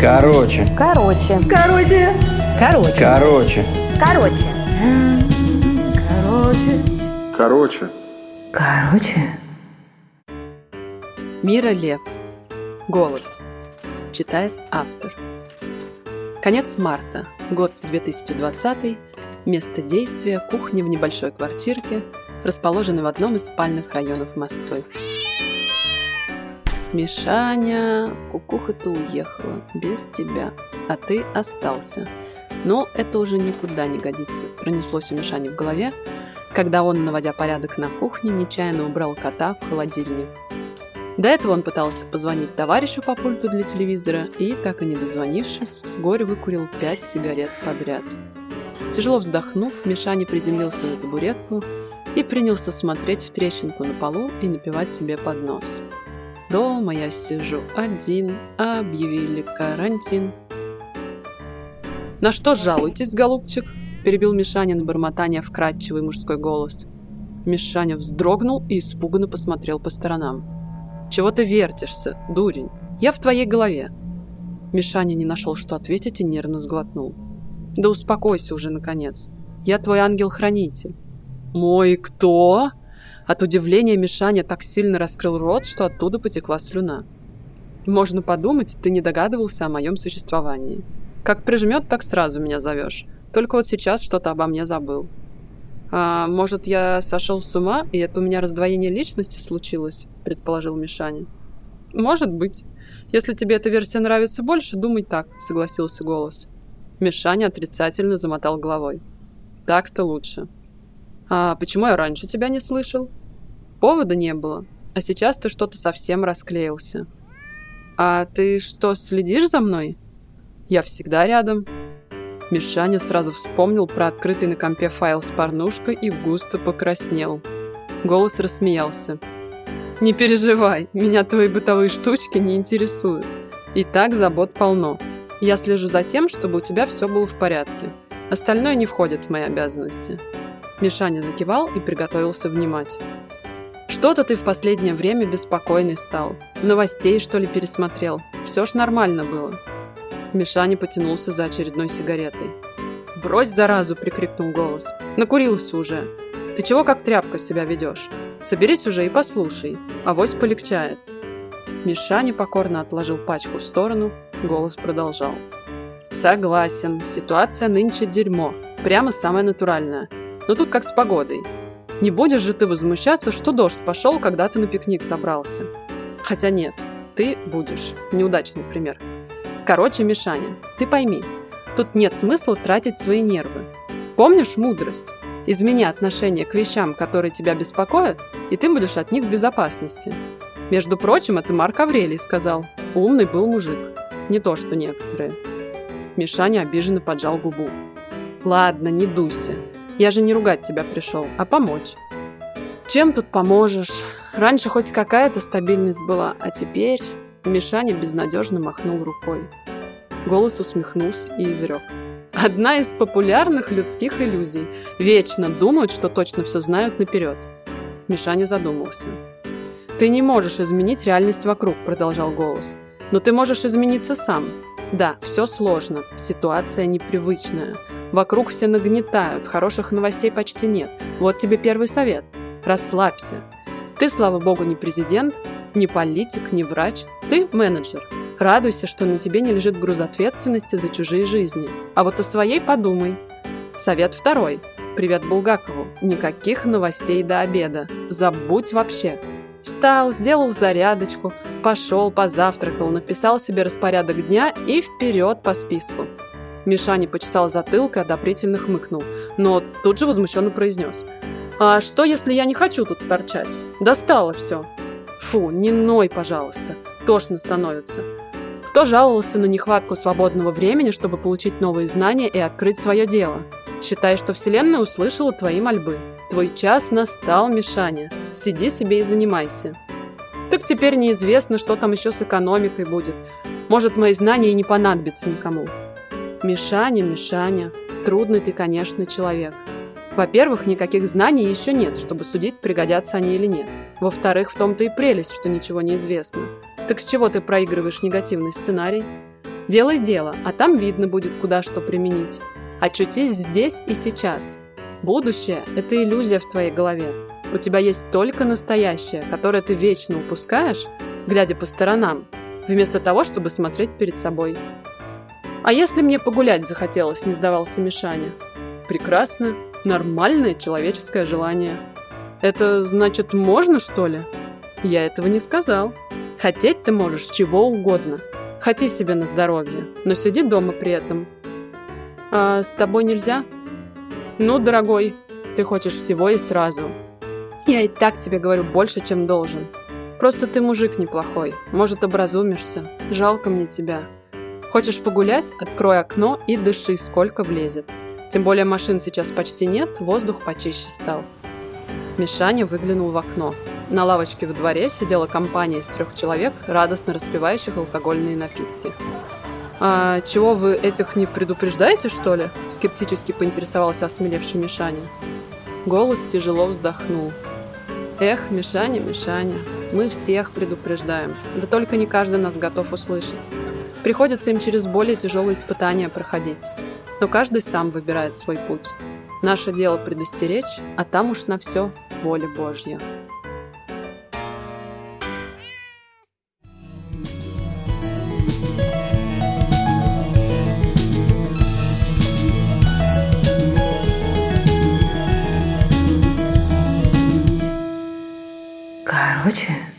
Короче. Короче. Короче. Короче. Короче. Короче. Короче. Короче. Мира Лев. Голос. Читает автор. Конец марта. Год 2020. Место действия – кухня в небольшой квартирке, расположенной в одном из спальных районов Москвы. Мишаня, кукуха-то уехала, без тебя, а ты остался. Но это уже никуда не годится, пронеслось у Мишани в голове, когда он, наводя порядок на кухне, нечаянно убрал кота в холодильник. До этого он пытался позвонить товарищу по пульту для телевизора и, так и не дозвонившись, с горя выкурил 5 сигарет подряд. Тяжело вздохнув, Мишаня приземлился на табуретку и принялся смотреть в трещинку на полу и напевать себе под нос. «Дома я сижу один, объявили карантин». «На что жалуетесь, голубчик?» – перебил Мишаня на бормотание вкрадчивый мужской голос. Мишаня вздрогнул и испуганно посмотрел по сторонам. «Чего ты вертишься, дурень? Я в твоей голове». Мишаня не нашел, что ответить, и нервно сглотнул. «Да успокойся уже, наконец. Я твой ангел-хранитель». «Мой кто?» От удивления Мишаня так сильно раскрыл рот, что оттуда потекла слюна. «Можно подумать, ты не догадывался о моем существовании. Как прижмет, так сразу меня зовешь. Только вот сейчас что-то обо мне забыл». «А может, я сошел с ума, и это у меня раздвоение личности случилось?» – предположил Мишаня. «Может быть. Если тебе эта версия нравится больше, думай так», – согласился голос. Мишаня отрицательно замотал головой. «Так-то лучше». «А почему я раньше тебя не слышал?» «Повода не было. А сейчас ты что-то совсем расклеился». «А ты что, следишь за мной?» «Я всегда рядом». Мишаня сразу вспомнил про открытый на компе файл с порнушкой и густо покраснел. Голос рассмеялся. «Не переживай, меня твои бытовые штучки не интересуют. И так забот полно. Я слежу за тем, чтобы у тебя все было в порядке. Остальное не входит в мои обязанности». Мишаня закивал и приготовился внимать. «Что-то ты в последнее время беспокойный стал. Новостей, что ли, пересмотрел? Все ж нормально было». Мишаня потянулся за очередной сигаретой. «Брось, заразу!» – прикрикнул голос. «Накурился уже. Ты чего как тряпка себя ведешь? Соберись уже и послушай. Авось полегчает». Мишаня покорно отложил пачку в сторону. Голос продолжал. «Согласен, ситуация нынче дерьмо. Прямо самое натуральное. Но тут как с погодой. Не будешь же ты возмущаться, что дождь пошел, когда ты на пикник собрался. Хотя нет, ты будешь. Неудачный пример. Короче, Мишаня, ты пойми, тут нет смысла тратить свои нервы. Помнишь мудрость? Измени отношение к вещам, которые тебя беспокоят, и ты будешь от них в безопасности. Между прочим, это Марк Аврелий сказал. Умный был мужик. Не то, что некоторые». Мишаня обиженно поджал губу. «Ладно, не дуйся. Я же не ругать тебя пришел, а помочь». «Чем тут поможешь? Раньше хоть какая-то стабильность была, а теперь...» Мишаня безнадежно махнул рукой. Голос усмехнулся и изрек. «Одна из популярных людских иллюзий. Вечно думают, что точно все знают наперед». Мишаня задумался. «Ты не можешь изменить реальность вокруг», — продолжал голос. «Но ты можешь измениться сам. Да, все сложно, ситуация непривычная. Вокруг все нагнетают, хороших новостей почти нет. Вот тебе первый совет. Расслабься. Ты, слава богу, не президент, не политик, не врач. Ты менеджер. Радуйся, что на тебе не лежит груз ответственности за чужие жизни. А вот о своей подумай. Совет второй. Привет Булгакову. Никаких новостей до обеда. Забудь вообще. Встал, сделал зарядочку, пошел, позавтракал, написал себе распорядок дня и вперед по списку». Мишаня почесал затылок и одобрительно хмыкнул, но тут же возмущенно произнес. «А что, если я не хочу тут торчать? Достало все». «Фу, не ной, пожалуйста. Тошно становится. Кто жаловался на нехватку свободного времени, чтобы получить новые знания и открыть свое дело? Считай, что Вселенная услышала твои мольбы. Твой час настал, Мишаня. Сиди себе и занимайся». «Так теперь неизвестно, что там еще с экономикой будет. Может, мои знания и не понадобятся никому». «Мишаня, трудный ты, конечно, человек. Во-первых, никаких знаний еще нет, чтобы судить, пригодятся они или нет. Во-вторых, в том-то и прелесть, что ничего не известно. Так с чего ты проигрываешь негативный сценарий? Делай дело, а там видно будет, куда что применить. Очутись здесь и сейчас. Будущее – это иллюзия в твоей голове. У тебя есть только настоящее, которое ты вечно упускаешь, глядя по сторонам, вместо того, чтобы смотреть перед собой. «А если мне погулять захотелось?» – не сдавался Мишаня. «Прекрасно. Нормальное человеческое желание». «Это значит, можно, что ли?» «Я этого не сказал. Хотеть ты можешь чего угодно. Хоти себе на здоровье, но сиди дома при этом». «А с тобой нельзя?» «Ну, дорогой, ты хочешь всего и сразу. Я и так тебе говорю больше, чем должен. Просто ты мужик неплохой, может, образумишься. Жалко мне тебя. Хочешь погулять? Открой окно и дыши, сколько влезет. Тем более машин сейчас почти нет, воздух почище стал». Мишаня выглянул в окно. На лавочке во дворе сидела компания из 3 человек, радостно распивающих алкогольные напитки. «А чего, вы этих не предупреждаете, что ли?» – скептически поинтересовался осмелевший Мишаня. Голос тяжело вздохнул. «Эх, Мишаня, Мишаня, мы всех предупреждаем, да только не каждый нас готов услышать. Приходится им через более тяжелые испытания проходить, но каждый сам выбирает свой путь. Наше дело предостеречь, а там уж на все воля Божья». Короче.